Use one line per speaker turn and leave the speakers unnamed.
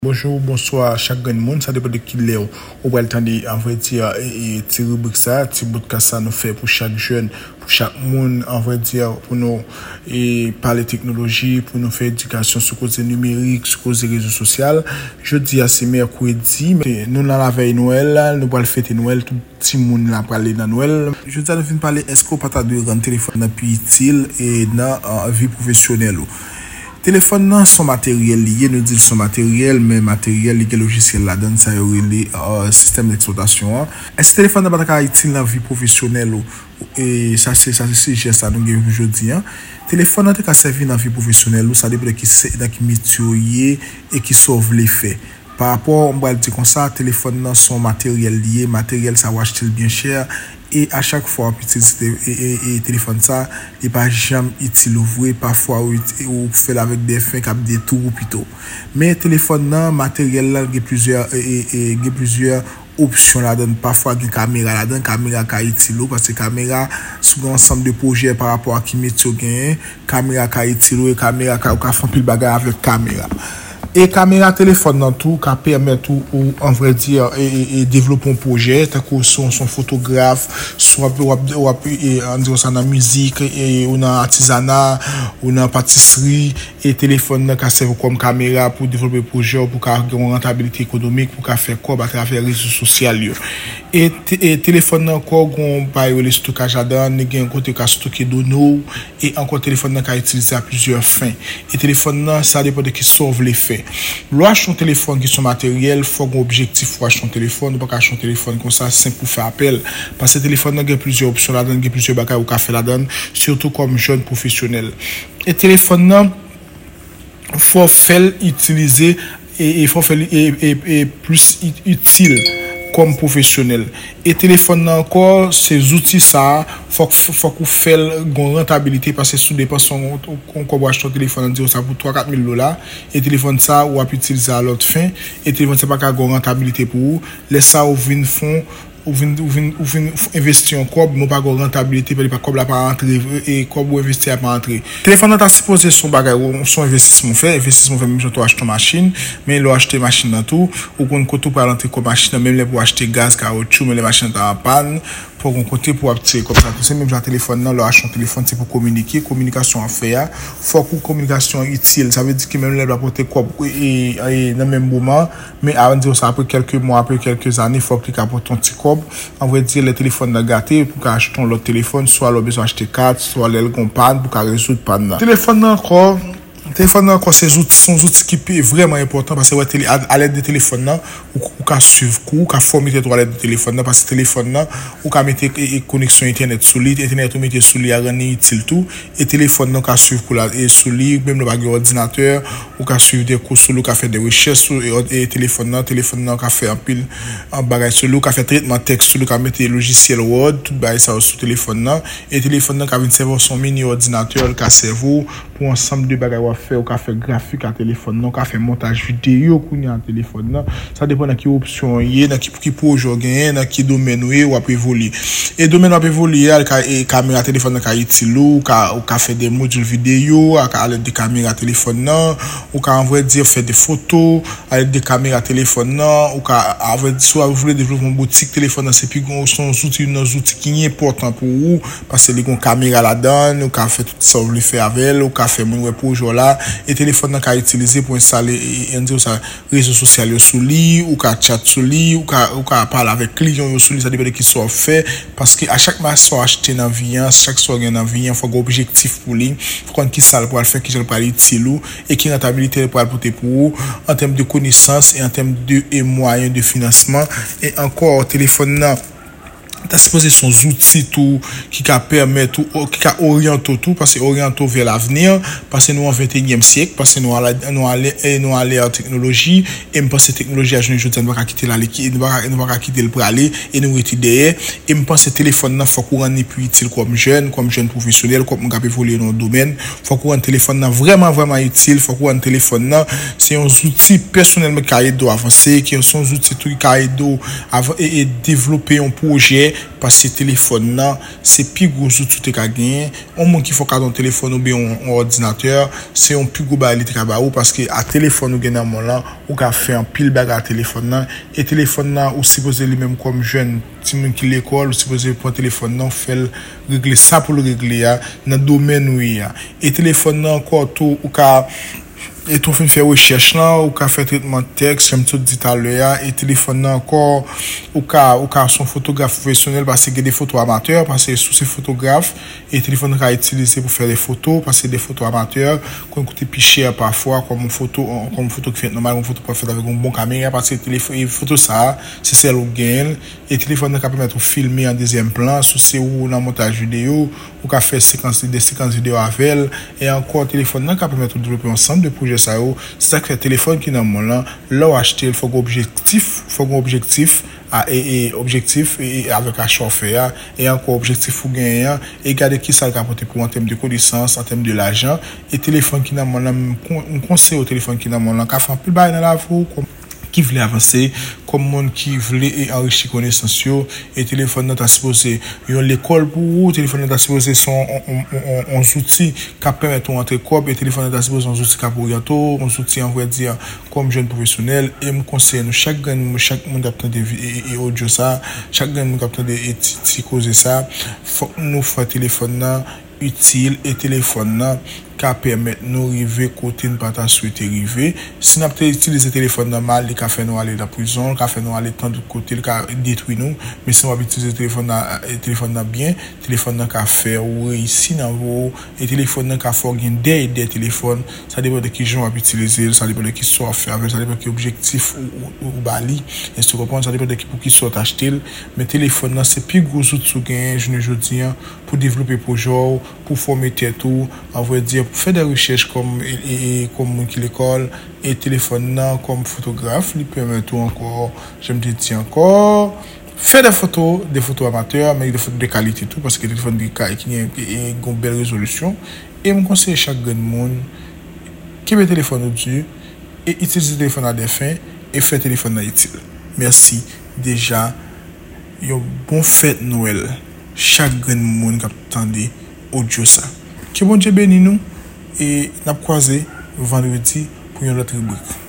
Bonjour, bonsoir, chaque grand monde, ça dépend de qui l'est. On va le temps de, en vrai dire, et petit rubrique ça, petit bout de ça nous fait pour chaque jeune, pour chaque monde, en vrai dire, pour nous, et parler technologie, pour nous faire éducation sur côté numérique, sur côté réseaux sociaux. Je dis à c'est mercredi, mais nous, dans la veille Noël, nous allons fêter Noël, tout petit monde là parler dans Noël. Je dis à nous parler, est-ce qu'on peut pas de rendre téléphone plus utile et dans la vie professionnelle? Téléphone non son matériel lié, nous dit son matériel, mais matériel lié logiciel là-dedans, ça y est système d'exploitation. Est-ce que téléphone n'a pas utile dans la vie professionnelle et ça c'est ça nous gagne aujourd'hui. Téléphone n'a pas servi dans la vie professionnelle, ça dépend de qui métier et qui sauve les faits. Par rapport, on va dire comme ça, téléphone non son matériel lié, matériel ça va acheter bien cher. Et à chaque fois, et téléphone ça, il n'est pas jamais utile ouvrir, parfois ou fait avec des fins comme des tours ou plutôt. Mais téléphone là, matériel là, il y a plusieurs options là-dedans. Parfois, il y a une caméra là-dedans, caméra qui est utile parce que caméra, sur un ensemble de projets par rapport à qui métier gagne, caméra qui est utile et caméra qui a fait pile bagarre avec caméra. Et caméra téléphone dans tout qui permet tout ou en vrai dire et développer un projet tant que son photographe soit ou en disant ça dans musique et ou dans artisanat ou dans pâtisserie et téléphone qui sert comme caméra pour développer projet pour avoir une rentabilité économique pour faire quoi à travers les réseaux sociaux et téléphone encore on paye le stockage dedans il y a un côté qui stocker données et encore téléphone qui utilisé à plusieurs fins et téléphone ça dépend de qui sauve les faits. Lorsque ton téléphone qui sont matériel, faut un objectif pour acheter ton téléphone, pas acheter ton téléphone comme ça simple pour faire appel parce que le téléphone il y a plusieurs options là-dedans, il y a plusieurs bagages au café là-dedans, surtout comme jeune professionnel. Et téléphone là faut faire utiliser et faut faire et plus utile comme professionnel et téléphone encore ces outils ça faut qu'on fait une rentabilité parce que sous dépense on acheter un téléphone dire ça pour 3-4 000 $ et téléphone ça ou utiliser à l'autre fin et téléphone c'est pas qu'à une rentabilité pour vous laisse ça au vin fond ou investir en cob mais pas de rentabilité parce que cob là pas rentrer et cob ou investir pas rentrer téléphone t'a supposé son bagage son investissement fait même toi acheter machine mais là acheter machine dans tout ou qu'on côté pour rentrer comme machine même les pour acheter gaz caoutchouc mais les machines en panne pour un côté pour tirer comme ça c'est même genre téléphone là acheter un téléphone c'est pour communiquer communication à faire faut que communication utile ça veut dire que même les doit porter cob et dans même moment mais avant dire ça après quelques mois après quelques années faut que tu apportes ton petit cob on va dire les téléphones là gâté pour acheter l'autre téléphone soit le besoin acheter carte soit les panne pour résoudre panne téléphone encore ces outils sont outils qui sont vraiment importants parce que à l'aide de téléphone là ou qu'à suivre cours qu'à former à l'aide de téléphone là parce que téléphone là ou qu'à mettre connexion internet sur lui internet ou mettre sur lui à rendre utile tout et téléphone là qu'à suivre cours là et sur lui même le bagage ordinateur ou qu'à suivre des cours sur lui qu'à faire des recherches sur et téléphone là qu'à faire un pile en bagage sur lui qu'à faire traitement texte sur lui qu'à mettre logiciel Word tout bagage ça sur téléphone là et téléphone là qu'à venir servir son mini ordinateur qu'à servir pour ensemble de bagages faire ou fait graphique à téléphone non fait montage vidéo qu'on a à téléphone non ça dépend de qui option y dans qui projet gagne dans qui domaine ou après évoluer et domaine après évoluer et caméra téléphone qui utile ou fait des modules vidéo à l'aide de caméra téléphone non ou en vrai dire faire des photos à l'aide de caméra téléphone non ou avec soit vous voulez développer une boutique téléphone c'est plus son outils qui est important pour vous parce que les caméra là-dedans ou fait tout ça vous le faire avec ou fait mon projet là et téléphone qu'a utilisé pour installer réseaux sociaux sur lui ou qu'a chat sur lui ou qu'a parler avec client sur lui ça dépend de qui soit fait parce que à chaque fois soit acheter dans vie chaque soit gain dans vie faut un objectif pour lui faut qu'on qui ça pour faire qui pour utile et qui rentabilité pour apporter pour en termes de connaissances et en termes de moyens de financement et encore téléphone là t'as supposé son outils tout qui permet tout qui oriente tout parce que oriente vers l'avenir parce que nous en 21e siècle parce que nous aller en technologie et me penser technologie à jeune ne va pas quitter la liquide ne va pas quitter le pour aller et nous rester derrière et me penser téléphone là faut qu'on rende plus utile comme jeune professionnel comme on évoluer dans le domaine faut qu'on rende téléphone là vraiment utile faut qu'on rende téléphone là c'est un outil personnellement qui aide à avancer qui sont outils tout qui aide et développer un projet parce que téléphone là c'est plus gros outil tout ka gagner on monde qui faut ka ton téléphone ou bien un ordinateur c'est un plus gros bail li ka parce que à téléphone ou gagne dans là ou ka faire un pile bagarre téléphone là et téléphone là ou supposé lui même comme jeune ti moun qui l'école ou supposé prendre téléphone là faire régler ça pour le régler dans domaine où il y a et téléphone là encore tout ou ka et tout fait recherche là ou ka fait traitement de texte comme tout dit à l'heure et téléphone là encore ou ka son photographe professionnel parce que des photos amateurs parce que sous ces photographes et téléphone ka utilisé pour faire des photos parce que des photos amateurs qu'on coûte plus cher parfois comme photo qui fait normal une photo pour faire avec un bon caméra parce que téléphone photo ça c'est celle au gain et téléphone ka permettre de filmer en deuxième plan sous c'est ou dans montage vidéo ou ka faire des séquences vidéo avec et encore téléphone là ka permettre de développer ensemble de projets ça c'est ça que fait téléphone qui dans mon là acheter il faut objectif et objectif et avec un chauffeur et encore objectif pour gagner et garder qui ça apporter pour en termes de connaissances en termes de l'argent et téléphone qui dans mon là un conseil au téléphone qui dans mon là qu'a fait plus bail dans la vie qui voulait avancer comme monde qui voulait enrichir connaissance et téléphone t'a supposé yon l'école pour téléphone t'a supposé son on outil qui permet de rentrer corps et téléphone t'a supposé un outil qui pour bientôt un outil on va dire comme jeune professionnel et me conseille nous chaque monde attend et audio ça chaque monde attend et causer ça faut nous faire téléphone utile et téléphone qui permet nous arriver côté ne pas souhaiter arriver si n'a pas utiliser téléphone normal il fait nous aller dans la prison il fait nous aller tant de côté il détruit nous mais si on va utiliser téléphone bien téléphone qui fait ici dans vous et téléphone qui faut gagner des téléphones ça dépend de qui gens va utiliser ça dépend de qui soit faire ça dépend de qui objectif ou bali et tu comprends ça dépend de qui pour qui soit acheter mais téléphone c'est plus gros outil gagner je dis pour développer projet pour former tout on va dire pour faire des recherches comme qui l'école et téléphone comme photographe lui permet tout encore je me dis encore faire des photos amateurs mais des photos de qualité tout parce que le téléphone qui a une belle résolution et me conseille chaque grand monde qui met téléphone au-dessus et utiliser le téléphone à des fins et faire téléphone utile. Merci déjà une bonne fête Noël chaque grand monde qui attendait audio ça. Que bon Dieu bénisse nous et n'a croisé vendredi pour une autre rubrique.